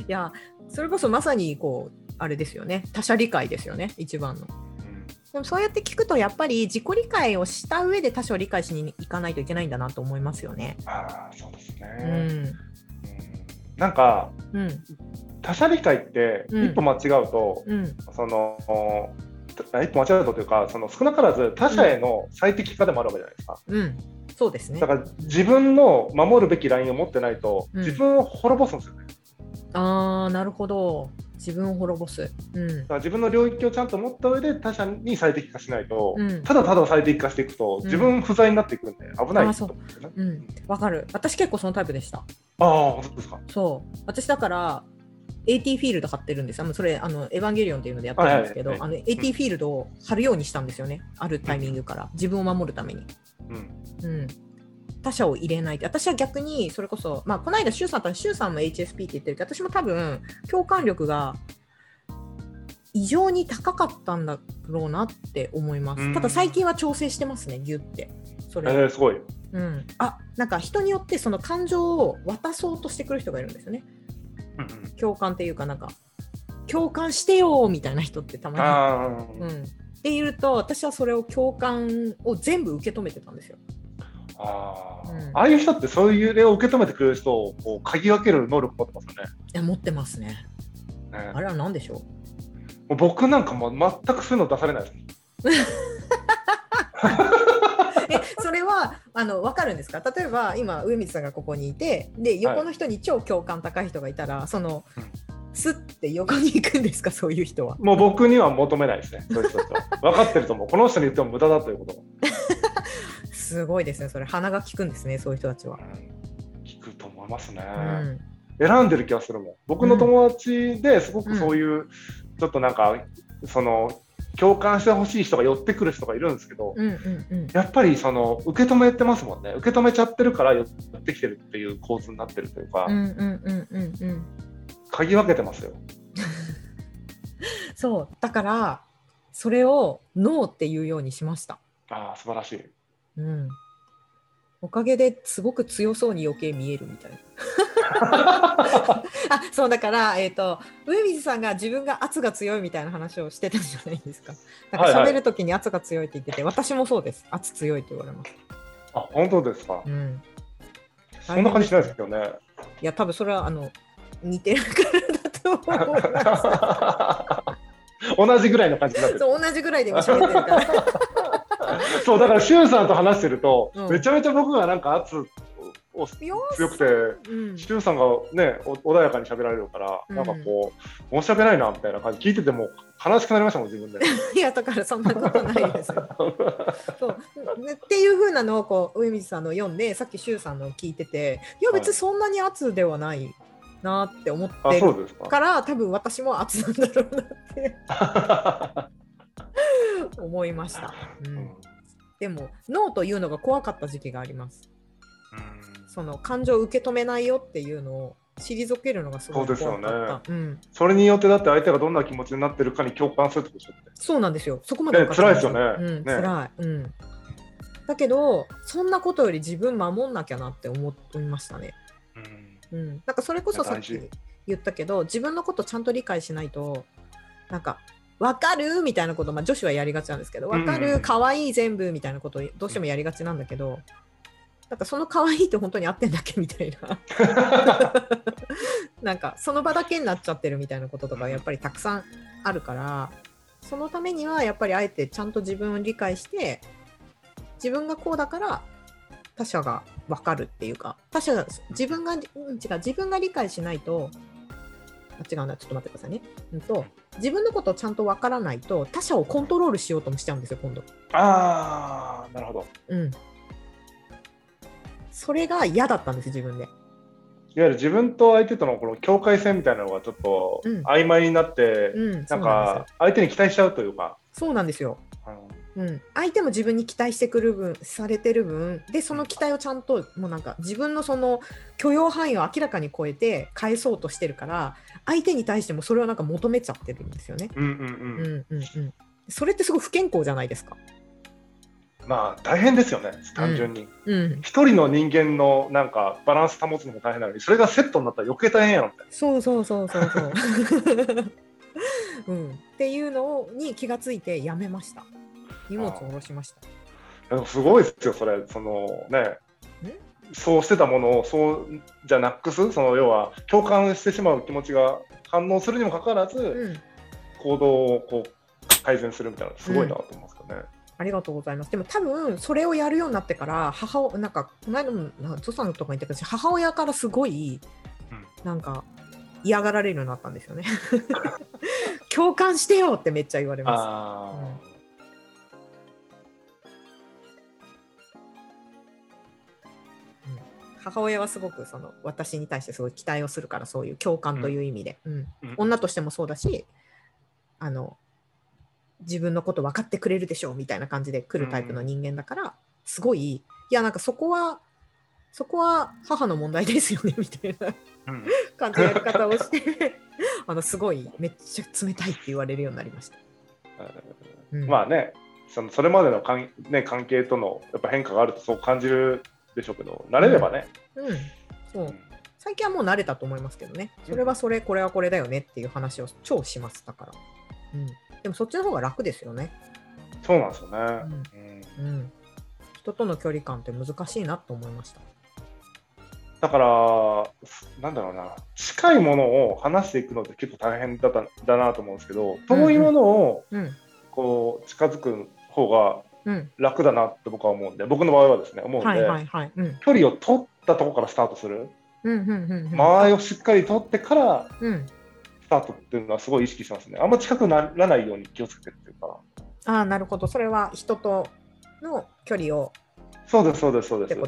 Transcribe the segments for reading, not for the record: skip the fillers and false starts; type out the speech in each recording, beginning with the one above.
いやそれこそまさにこうあれですよね、他者理解ですよね一番の。でもそうやって聞くとやっぱり自己理解をした上で他者を理解しに行かないといけないんだなと思いますよね。 そうですうね。 んなんか、他者理解ってうん一歩間違うと、その一歩間違うとというか、その少なからず他者への最適化でもあるわけじゃないですか。 そうですね。 だから自分の守るべきラインを持ってないと、自分を滅ぼすんですよね。 なるほど。自分を滅ぼす。だから自分の領域をちゃんと持った上で他者に最適化しないと、ただただ最適化していくと、自分不在になっていくんで危ないと思うんですよね。 わかる。私結構そのタイプでした。 本当ですか。 そう。私だからAT フィールド貼ってるんです。それエヴァンゲリオンっていうのでやってるんですけど、AT フィールドを貼るようにしたんですよね。あるタイミングから自分を守るために。他者を入れないって。私は逆にそれこそ、この間シュウさんも HSP って言ってるけど、私も多分共感力が異常に高かったんだろうなって思います。ただ最近は調整してますね、ギュってそれ、 すごい。 なんか人によってその感情を渡そうとしてくる人がいるんですよね。共感っていうか、なんか共感してよみたいな人ってたまにって言うと、私はそれを共感を全部受け止めてたんですよ。 ああいう人ってそういう例を受け止めてくれる人をこう嗅ぎ分ける能力持ってますよね。 いや持ってますね。あれは何でしょう。僕なんかもう全くそういうの出されないです。 それは分かるんですか？例えば今上水さんがここにいて、で横の人に超共感高い人がいたら、そのスッて横に行くんですか？そういう人は。 もう僕には求めないですね。そういう人と分かってると思う。この人に言っても無駄だということ。 すごいですね。それ鼻が利くんですね、そういう人たちは。 利くと思いますね。選んでる気がするもん。僕の友達ですごくそういう、ちょっとなんかその共感してほしい人が寄ってくる人がいるんですけど、やっぱりその受け止めてますもんね。受け止めちゃってるから寄ってきてるっていう構図になってるというか、嗅ぎ分けてますよ。 そうだからそれをノーっていうようにしました。 素晴らしい。 おかげですごく強そうに余計見えるみたいな。そうだから、上水さんが自分が圧が強いみたいな話をしてたじゃないですか。だから喋るときに圧が強いって言ってて、私もそうです。圧強いって言われます。 本当ですか。そんな感じしないですけどね。 いや多分それは似てるからだと思います。 同じぐらいの感じになってる。 そう、同じぐらいで今喋ってるから。 そうだからシュウさんと話してると、めちゃめちゃ僕がなんか圧を強くて、シュウさんがね穏やかに喋られるから、なんかこう申し訳ないなみたいな感じ聞いてても悲しくなりましたもん自分で。 いやだからそんなことないですよ。そうっていう風なのをこう上水さんの読んで、さっきシュウさんの聞いてて、いや別にそんなに圧ではないなって思ってるから、多分私も圧なんだろうなって思いました。でもノーというのが怖かった時期があります。その感情を受け止めないよっていうのを退けるのがすごい怖かった。そうですよね。 それによってだって相手がどんな気持ちになってるかに共感するってことですよね。 そうなんですよ。そこまで分か辛いですよね。 辛い。だけどそんなことより自分守んなきゃなって思いましたね。なんかそれこそさっき言ったけど、自分のことちゃんと理解しないと、なんか分かるみたいなこと、女子はやりがちなんですけど、分かる、可愛い全部みたいなことをどうしてもやりがちなんだけど、なんかその可愛いって本当に合ってんだっけみたいななんかその場だけになっちゃってるみたいなこととかやっぱりたくさんあるから、そのためにはやっぱりあえてちゃんと自分を理解して、自分がこうだから他者が分かるっていうか、自分が理解しないと、違うな、ちょっと待ってくださいね。自分のことをちゃんと分からないと他者をコントロールしようともしちゃうんですよ、今度。 なるほど。 それが嫌だったんです、自分で。 いわゆる自分と相手とのこの境界線みたいなのがちょっと曖昧になって、なんか相手に期待しちゃうというか。 そうなんですよ。相手も自分に期待してくる分、されてる分で、その期待をちゃんともうなんか自分のその許容範囲を明らかに超えて返そうとしてるから、相手に対してもそれをなんか求めちゃってるんですよね。それってすごい不健康じゃないですか。 まあ大変ですよね、単純に。一人の人間のなんかバランス保つのも大変なのに、それがセットになったら余計大変やろみたいな。 そうっていうのに気がついてやめました。荷物を下ろしました。 すごいですよ、それ。そのね、そうしてたものをそうじゃなくす、その要は共感してしまう気持ちが反応するにもかかわらず、行動をこう改善するみたいな、すごいなと思いますよね。 ありがとうございます。でも多分それをやるようになってからなんかこの間もゾさんとか言ったけど、母親からすごいなんか嫌がられるようになったんですよね。共感してよってめっちゃ言われます。母親はすごく私に対してすごい期待をするから、そういう共感という意味で、女としてもそうだし、自分のこと分かってくれるでしょうみたいな感じで来るタイプの人間だから、すごい、いやなんかそこは母の問題ですよねみたいな感じのやり方をしてすごいめっちゃ冷たいって言われるようになりました。 まあね、それまでの関係とのやっぱ変化があるとそう感じるでしょうけど、慣れればね、 そう最近はもう慣れたと思いますけどね。それはそれ、これはこれだよねっていう話を超します。だから、でもそっちの方が楽ですよね。 そうなんですよね。 人との距離感って難しいなと思いました。 だからなんだろうな、近いものを話していくのって結構大変だなと思うんですけど、遠いものをこう近づく方が楽だなって僕は思うんで、僕の場合はですね思うんで、距離を取ったところからスタートする、間合いをしっかり取ってからスタートっていうのはすごい意識しますね。あんま近くならないように気をつけてっていうか。 なるほど。それは人との距離を。 そうです。その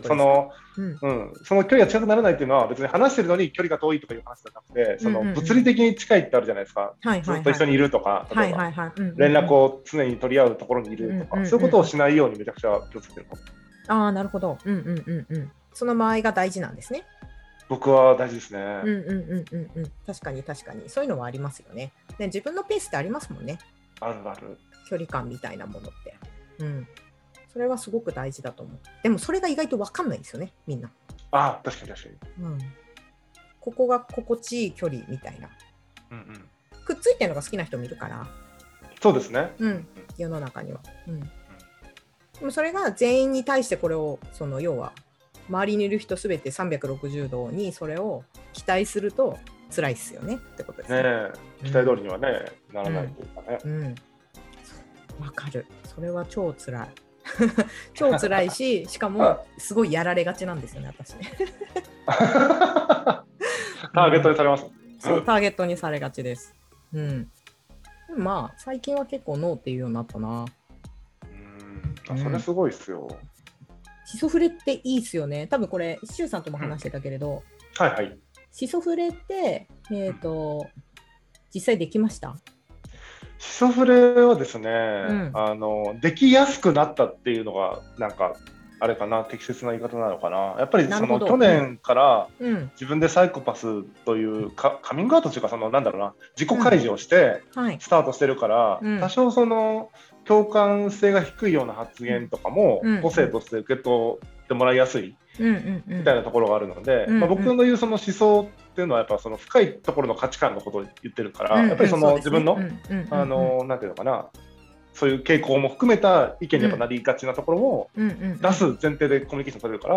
距離が近くならないっていうのは別に話してるのに距離が遠いとかいう話じゃなくて、その物理的に近いってあるじゃないですか。ずっと一緒にいるとか、例えば連絡を常に取り合うところにいるとか、そういうことをしないようにめちゃくちゃ気をつけてる。 なるほど。その間合いが大事なんですね。 僕は大事ですね。 確かにそういうのはありますよね。で、自分のペースってありますもんね。 ある。 距離感みたいなものって。それはすごく大事だと思う。でもそれが意外と分かんないんですよね、みんな。 確かに。 ここが心地いい距離みたいな。くっついてるのが好きな人もいるから。 そうですね。 世の中には。でもそれが全員に対してこれを要は周りにいる人すべて360度にそれを期待すると辛いですよねってことですね。 期待通りにはね、ならないというかね。 わかる。それは超辛い。超辛いし、しかもすごいやられがちなんですよね、私ね。 ターゲットにされます。 そう、ターゲットにされがちです。まあ最近は結構ノーっていうようになったな。 それすごいっすよ。 シソフレっていいっすよね。多分これシュウさんとも話してたけれど、シソフレって実際できました？ シソフレはですね、できやすくなったっていうのがなんかあれかな、適切な言い方なのかな。やっぱり去年から自分でサイコパスというカミングアウトというか、なんだろうな、自己開示をしてスタートしてるから、多少共感性が低いような発言とかも個性として受け取ってもらいやすいみたいなところがあるので、僕の言う思想っていうのはやっぱ深いところの価値観のことを言ってるから、やっぱり自分のなんていうのかな、そういう傾向も含めた意見にやっぱなりがちなところも出す前提でコミュニケーション取れるから、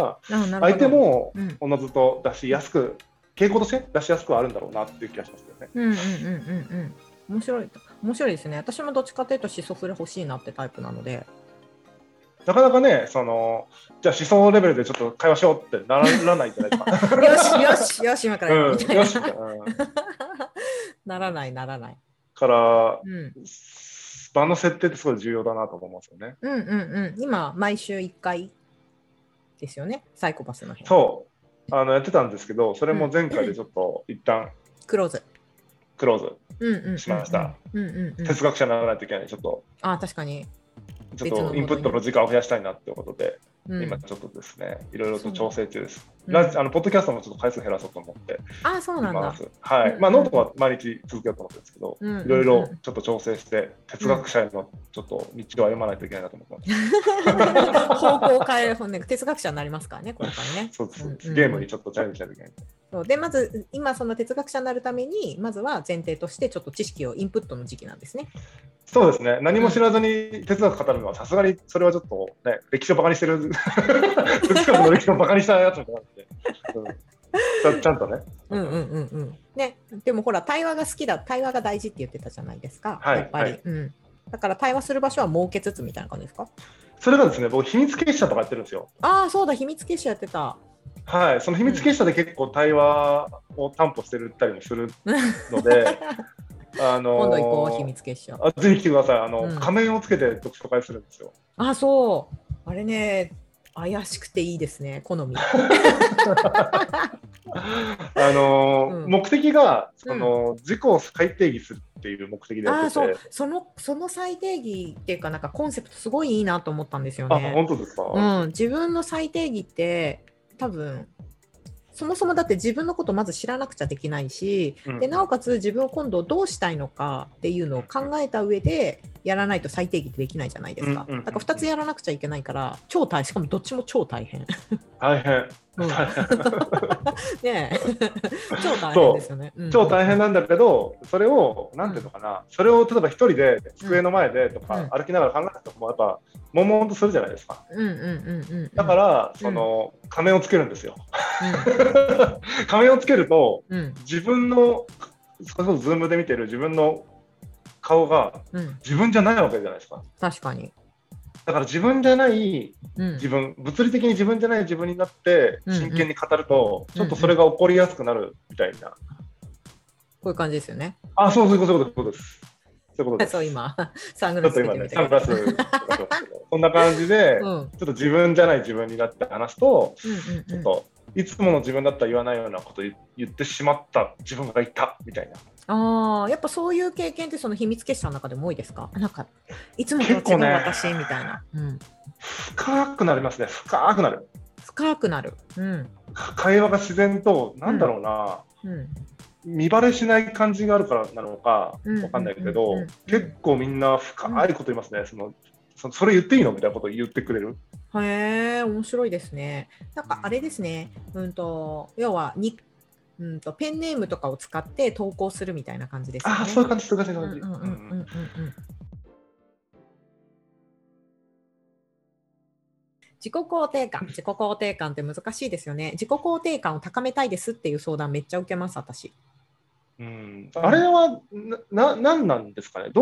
相手もおのずと出しやすく、傾向として出しやすくはあるんだろうなっていう気がしますよね。 面白いですね。私もどっちかというとシソフレ欲しいなってタイプなので、 なかなかね、じゃあ思想レベルでちょっと会話しようってならないじゃないですか。 よし今からやるみたいな。ならないから、場の設定ってすごい重要だなと思いますよね。 今毎週1回ですよね、サイコパスの日。 そうやってたんですけど、それも前回でちょっと一旦クローズしました。哲学者にならないといけない。ちょっと確かにちょっとインプットの時間を増やしたいなってことで。 今ちょっとですね、いろいろと調整中です。ポッドキャストもちょっと回数減らそうと思って。 そうなんだ。 はい。ノートは毎日続けようと思ってるんですけど、いろいろちょっと調整して、哲学者へのちょっと道を歩まないといけないなと思ってます。 方向を変える、哲学者になりますからね、これからね。 そうです。ゲームにちょっとチャレンジしないといけない。 で、まず今その哲学者になるために、まずは前提としてちょっと知識をインプットの時期なんですね。 そうですね。何も知らずに哲学語るのはさすがにそれはちょっとね、歴史をバカにしてる哲学の歴史をバカにしたやつみたいなので、ちゃんとね。 ね、でもほら対話が好きだ、対話が大事って言ってたじゃないですか。やっぱり、だから対話する場所は設けつつみたいな感じですか？ それがですね、僕秘密結社とかやってるんですよ。 そうだ、秘密結社やってた。 はい、その秘密結社で結構対話を担保してるったりもするので、 今度行こう、秘密結社。 ぜひ来てください。仮面をつけて読書会するんですよ。 そう。あれね、怪しくていいですね、好み。 目的が自己を再定義するっていう目的でやってて、 その再定義っていうか、なんかコンセプトすごいいいなと思ったんですよね。 本当ですか？ 自分の再定義って多分そもそもだって自分のことをまず知らなくちゃできないし、でなおかつ自分を今度どうしたいのかっていうのを考えた上でやらないと再定義ってできないじゃないですか。だから2つやらなくちゃいけないからしかもどっちも超大変。 大変。 ね超大変ですよね。 超大変なんだけど、それをなんていうのかな、それを例えば一人で机の前でとか歩きながら考えたともやっぱ悶々とするじゃないですか。だからその仮面をつけるんですよ。仮面をつけると自分のそれこそズームで見てる自分の顔が自分じゃないわけじゃないですか。 確かに。 だから自分じゃない自分、物理的に自分じゃない自分になって真剣に語ると、ちょっとそれが起こりやすくなるみたいな。こういう感じですよね。 そういうことです。そういうことです。 そう、今、サングラスつけてみて。 サングラスこんな感じで、ちょっと自分じゃない自分になって話すと、ちょっといつもの自分だったら言わないようなことを言ってしまった自分がいたみたいな。 やっぱそういう経験ってその秘密結社の中でも多いですか？なんかいつもと違う私みたいな。 深くなりますね。深くなる。会話が自然と、なんだろうな、見バレしない感じがあるからなのかわかんないけど、結構みんな深いこと言いますね。それ言っていいのみたいなことを言ってくれる。 へえ、面白いですね。なんかあれですね。要はペンネームとかを使って投稿するみたいな感じですね。 そういう感じ、そういう感じ。 自己肯定感って難しいですよね。自己肯定感を高めたいですっていう相談めっちゃ受けます、私。 あれは何なんですかね。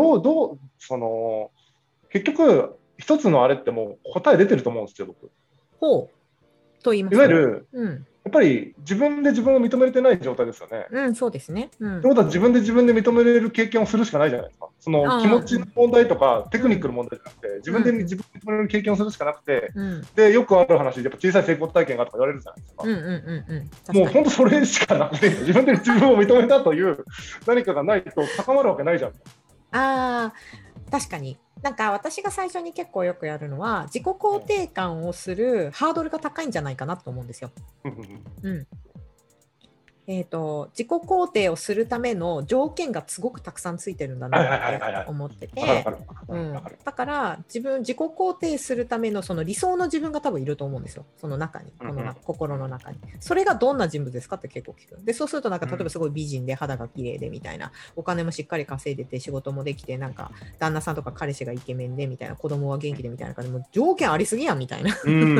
結局一つのあれってもう答え出てると思うんですよ、僕。 と言いますいわゆる、やっぱり自分で自分を認めてない状態ですよね。 そうですね。ということは自分で認めれる経験をするしかないじゃないですか。その気持ちの問題とかテクニックの問題じゃなくて、自分で自分を認めれる経験をするしかなくて、でよくある話でやっぱ小さい成功体験がとか言われるじゃないですか。もう本当それしかなくて、自分で自分を認めたという何かがないと高まるわけないじゃん。 確かに。なんか私が最初に結構よくやるのは自己肯定感をするハードルが高いんじゃないかなと思うんですよ。自己肯定をするための条件がすごくたくさんついてるんだなって思ってて、だから自己肯定するためのその理想の自分が多分いると思うんですよ、その中に、心の中に。それがどんな人物ですかって結構聞く。でそうするとなんか例えばすごい美人で肌が綺麗でみたいな、お金もしっかり稼いでて仕事もできて、なんか旦那さんとか彼氏がイケメンでみたいな、子供は元気でみたいな感じで、もう条件ありすぎやんみたいな。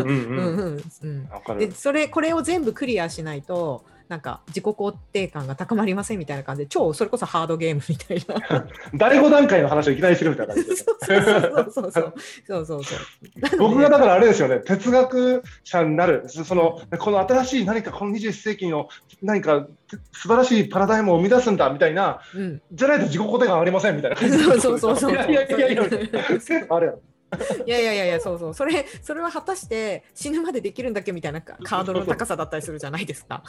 でこれを全部クリアしないとなんか自己肯定感が高まりませんみたいな感じで、それこそハードゲームみたいな第5段階の話をいきなりするみたいな感じで僕がだからあれですよね、哲学者になる、この新しい何かこの21世紀の何か素晴らしいパラダイムを生み出すんだみたいな、じゃないと自己肯定感ありませんみたいな感じで、あれやいやそうそれは果たして死ぬまでできるんだっけみたいなカードの高さだったりするじゃないですか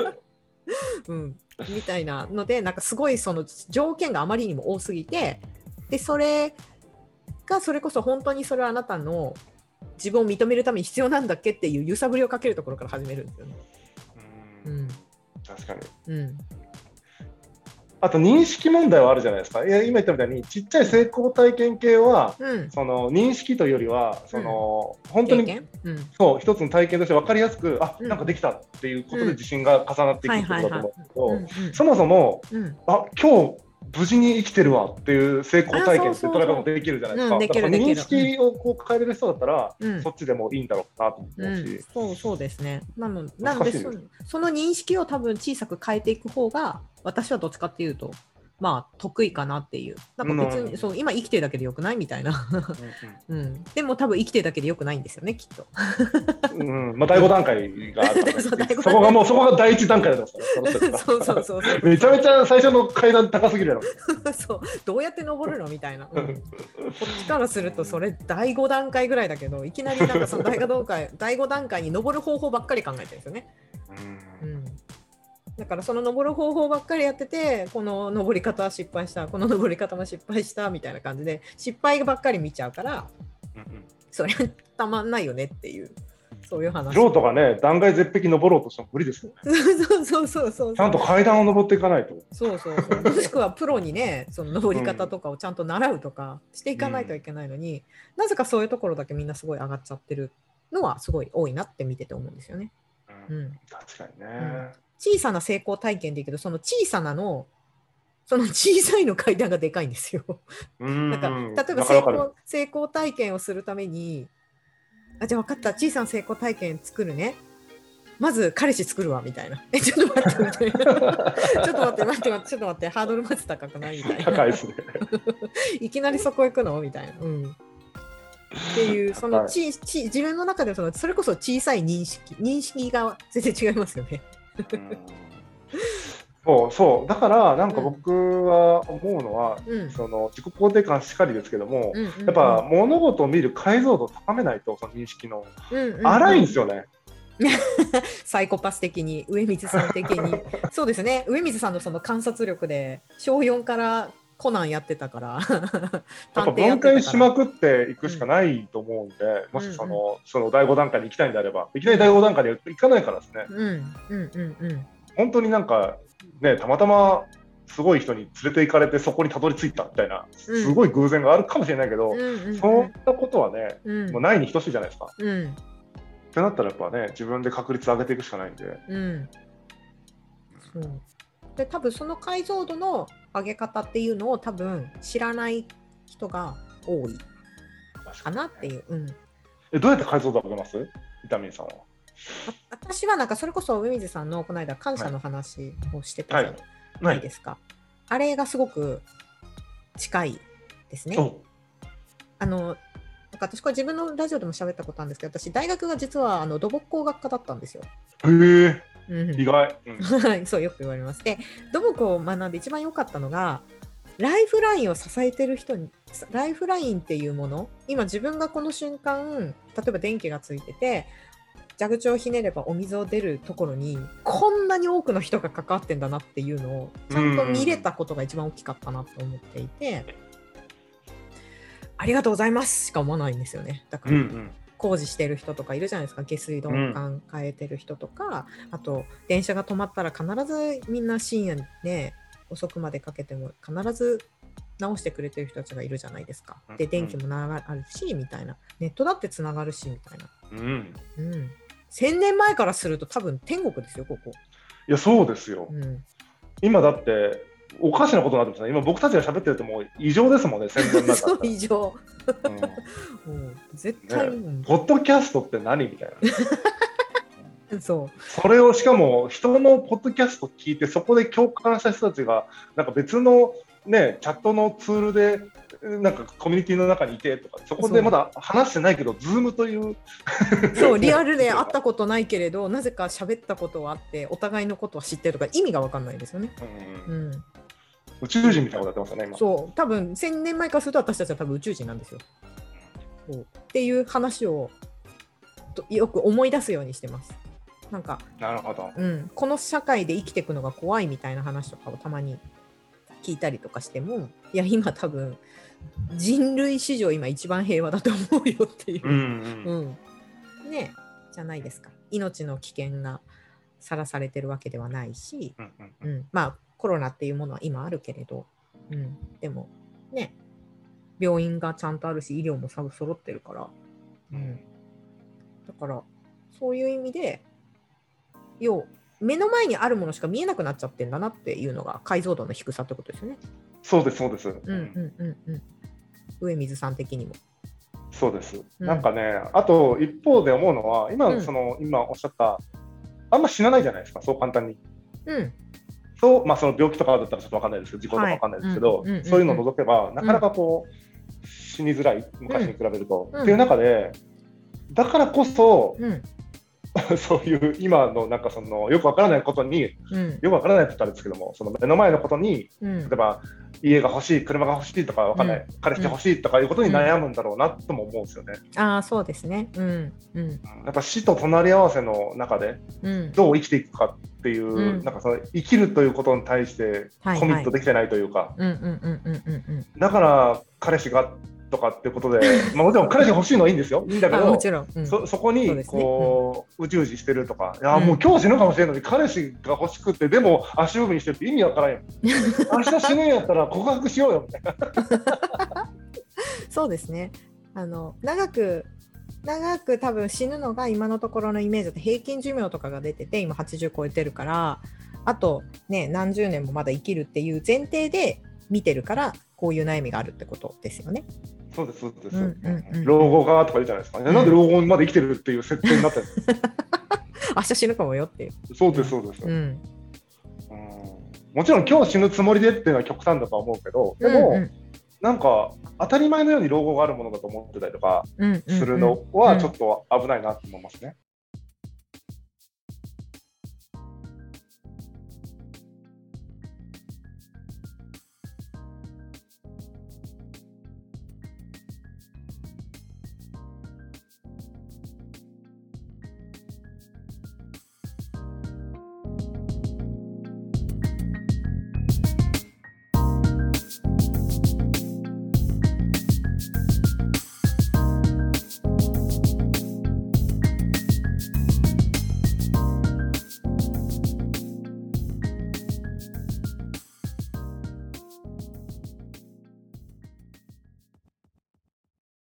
みたいなので、なんかすごいその条件があまりにも多すぎて、でそれこそ本当にそれはあなたの自分を認めるために必要なんだっけっていう揺さぶりをかけるところから始めるんですよね。 確かに。 うんあと認識問題はあるじゃないですか。いや今言ったみたいにちっちゃい成功体験系は、その認識というよりはその、本当に、そう一つの体験として分かりやすくなんかできたっていうことで自信が重なっていくってことだと思うんですけど、そもそも、今日無事に生きてるわっていう成功体験って捉え方もできるじゃないですか。だから認識をこう変えれる人だったら、そっちでもいいんだろうなと思うし、 そうですね。なのでその認識を多分小さく変えていく方が私はどっちかっていうとまあ得意かなっていう。なんか別に、そう今生きてるだけでよくないみたいな、でも多分生きてるだけでよくないんですよねきっと。 まあ第5段階があるから、ね、そこが第1段階だったんですから。そうめちゃめちゃ最初の階段高すぎるやろ。 そうどうやって登るのみたいな、こっちからするとそれ第5段階ぐらいだけど、いきなりなんかその第5段階に登る方法ばっかり考えてるんですよね。だからその登る方法ばっかりやってて、この登り方は失敗した、この登り方も失敗したみたいな感じで失敗ばっかり見ちゃうから、それはたまんないよねっていう、そういう話。 素人がね断崖絶壁登ろうとしても無理ですよね。 そうちゃんと階段を登っていかないと。 もしくはプロにねその登り方とかをちゃんと習うとかしていかないといけないのに、なぜかそういうところだけみんなすごい上がっちゃってるのはすごい多いなって見てて思うんですよね。 確かにね。 小さな成功体験でいいけど、その小さなのその小さいの階段がでかいんですよ。なんか例えば成功体験をするために、じゃあ分かった、小さな成功体験作るね、まず彼氏作るわみたいな、ちょっと待ってみたいなちょっと待ってハードルまず高くないみたいな、 高いですねいきなりそこ行くのみたいな、っていうその自分の中でそれこそ小さい認識が全然違いますよね。 そうだからなんか僕は思うのは、その自己肯定感しっかりですけども、やっぱ物事を見る解像度を高めないと、その認識の荒いんですよね。 サイコパス的に、上水さん的にそうですね、上水さんのその観察力で小4からコナンやってたからやっぱ分解しまくっていくしかないと思うんで、もしその第5段階に行きたいんであれば、いきなり第5段階に行かないからですね。本当になんかね、たまたますごい人に連れて行かれてそこにたどり着いたみたいな、すごい偶然があるかもしれないけど、そういったことはね、もうないに等しいじゃないですか。ってなったらやっぱね、自分で確率上げていくしかないんで。 で多分その解像度の上げ方っていうのを多分知らない人が多いかなっていう。 どうやって解像度上げます？伊丹さんは。 私はなんかそれこそ上水さんのこの間感謝の話をしてたじゃないですか。あれがすごく近いですね。なんか私これ自分のラジオでも喋ったことあるんですけど、私大学が実は土木工学科だったんですよ。意外。 そうよく言われます。で土木を学んで一番良かったのが、ライフラインを支えてる人に、ライフラインっていうもの、今自分がこの瞬間例えば電気がついてて蛇口をひねればお水を出るところにこんなに多くの人が関わってんだなっていうのをちゃんと見れたことが一番大きかったなと思っていて、ありがとうございますしか思わないんですよね。だから、工事してる人とかいるじゃないですか。下水道管変えてる人とか、あと電車が止まったら必ずみんな深夜ね遅くまでかけても必ず直してくれてる人たちがいるじゃないですか。で電気もあるしみたいな、ネットだってつながるしみたいな。1000年前からすると多分天国ですよここ。 いやそうですよ。今だっておかしなことになってますね。今僕たちが喋ってるともう異常ですもんね。1000年前から。 そう異常。絶対、 ポッドキャストって何みたいな。 それをしかも人のポッドキャスト聞いてそこで共感した人たちがなんか別のねチャットのツールでなんかコミュニティの中にいてとか、そこでまだ話してないけどズームというそうリアルで会ったことないけれどなぜか喋ったことはあってお互いのことは知ってるとか意味が分かんないですよね。 宇宙人みたいなことやってますよね今。 そう多分1000年前からすると私たちは多分宇宙人なんですよ。っていう話をよく思い出すようにしてます。 なるほど、 この社会で生きていくのが怖いみたいな話とかをたまに聞いたりとかしても、いや今多分人類史上今一番平和だと思うよっていう、ねじゃないですか。命の危険がさらされてるわけではないし、まあコロナっていうものは今あるけれど、でもね病院がちゃんとあるし医療も揃ってるから、だからそういう意味で目の前にあるものしか見えなくなっちゃってんだなっていうのが解像度の低さってことですよね。 そうですそうです。 上水さん的にも。 そうです。なんかね、あと一方で思うのは、今おっしゃったあんま死なないじゃないですか、そう簡単に。その病気とかだったらちょっと分かんないですけど、事故とか分かんないですけど、そういうのを除けばなかなかこう、死にづらい、昔に比べると、っていう中で、だからこそ、そういう今のなんかよくわからないことに、よくわからないって言ったんですけども、その目の前のことに、例えば家が欲しい、車が欲しいとかわかんない、彼氏欲しいとかいうことに悩むんだろうなとも思うんですよね。 そうですね。 やっぱ死と隣り合わせの中でどう生きていくかっていう、なんか生きるということに対してコミットできてないというか、だから彼氏がとかってことで、もちろん彼氏欲しいのはいいんですよ、いいんだけど、そこにこう、うじうじしてるとか、いやもう今日死ぬかもしれないのに彼氏が欲しくて、でも足踏みしてるって意味わからんよ。明日死ぬんやったら告白しようよみたいな。 そうですね。長く多分死ぬのが今のところのイメージだと平均寿命とかが出てて、今80超えてるから、あとね何十年もまだ生きるっていう前提で見てるから、こういう悩みがあるってことですよね。 そうですそうです。老後がとか言うじゃないですか。なんで老後まで生きてるっていう設定になってる明日死ぬかもよっていう。 そうですそうです。もちろん今日死ぬつもりでっていうのは極端だとは思うけど、でも、なんか当たり前のように老後があるものだと思ってたりとかするのはちょっと危ないなと思いますね。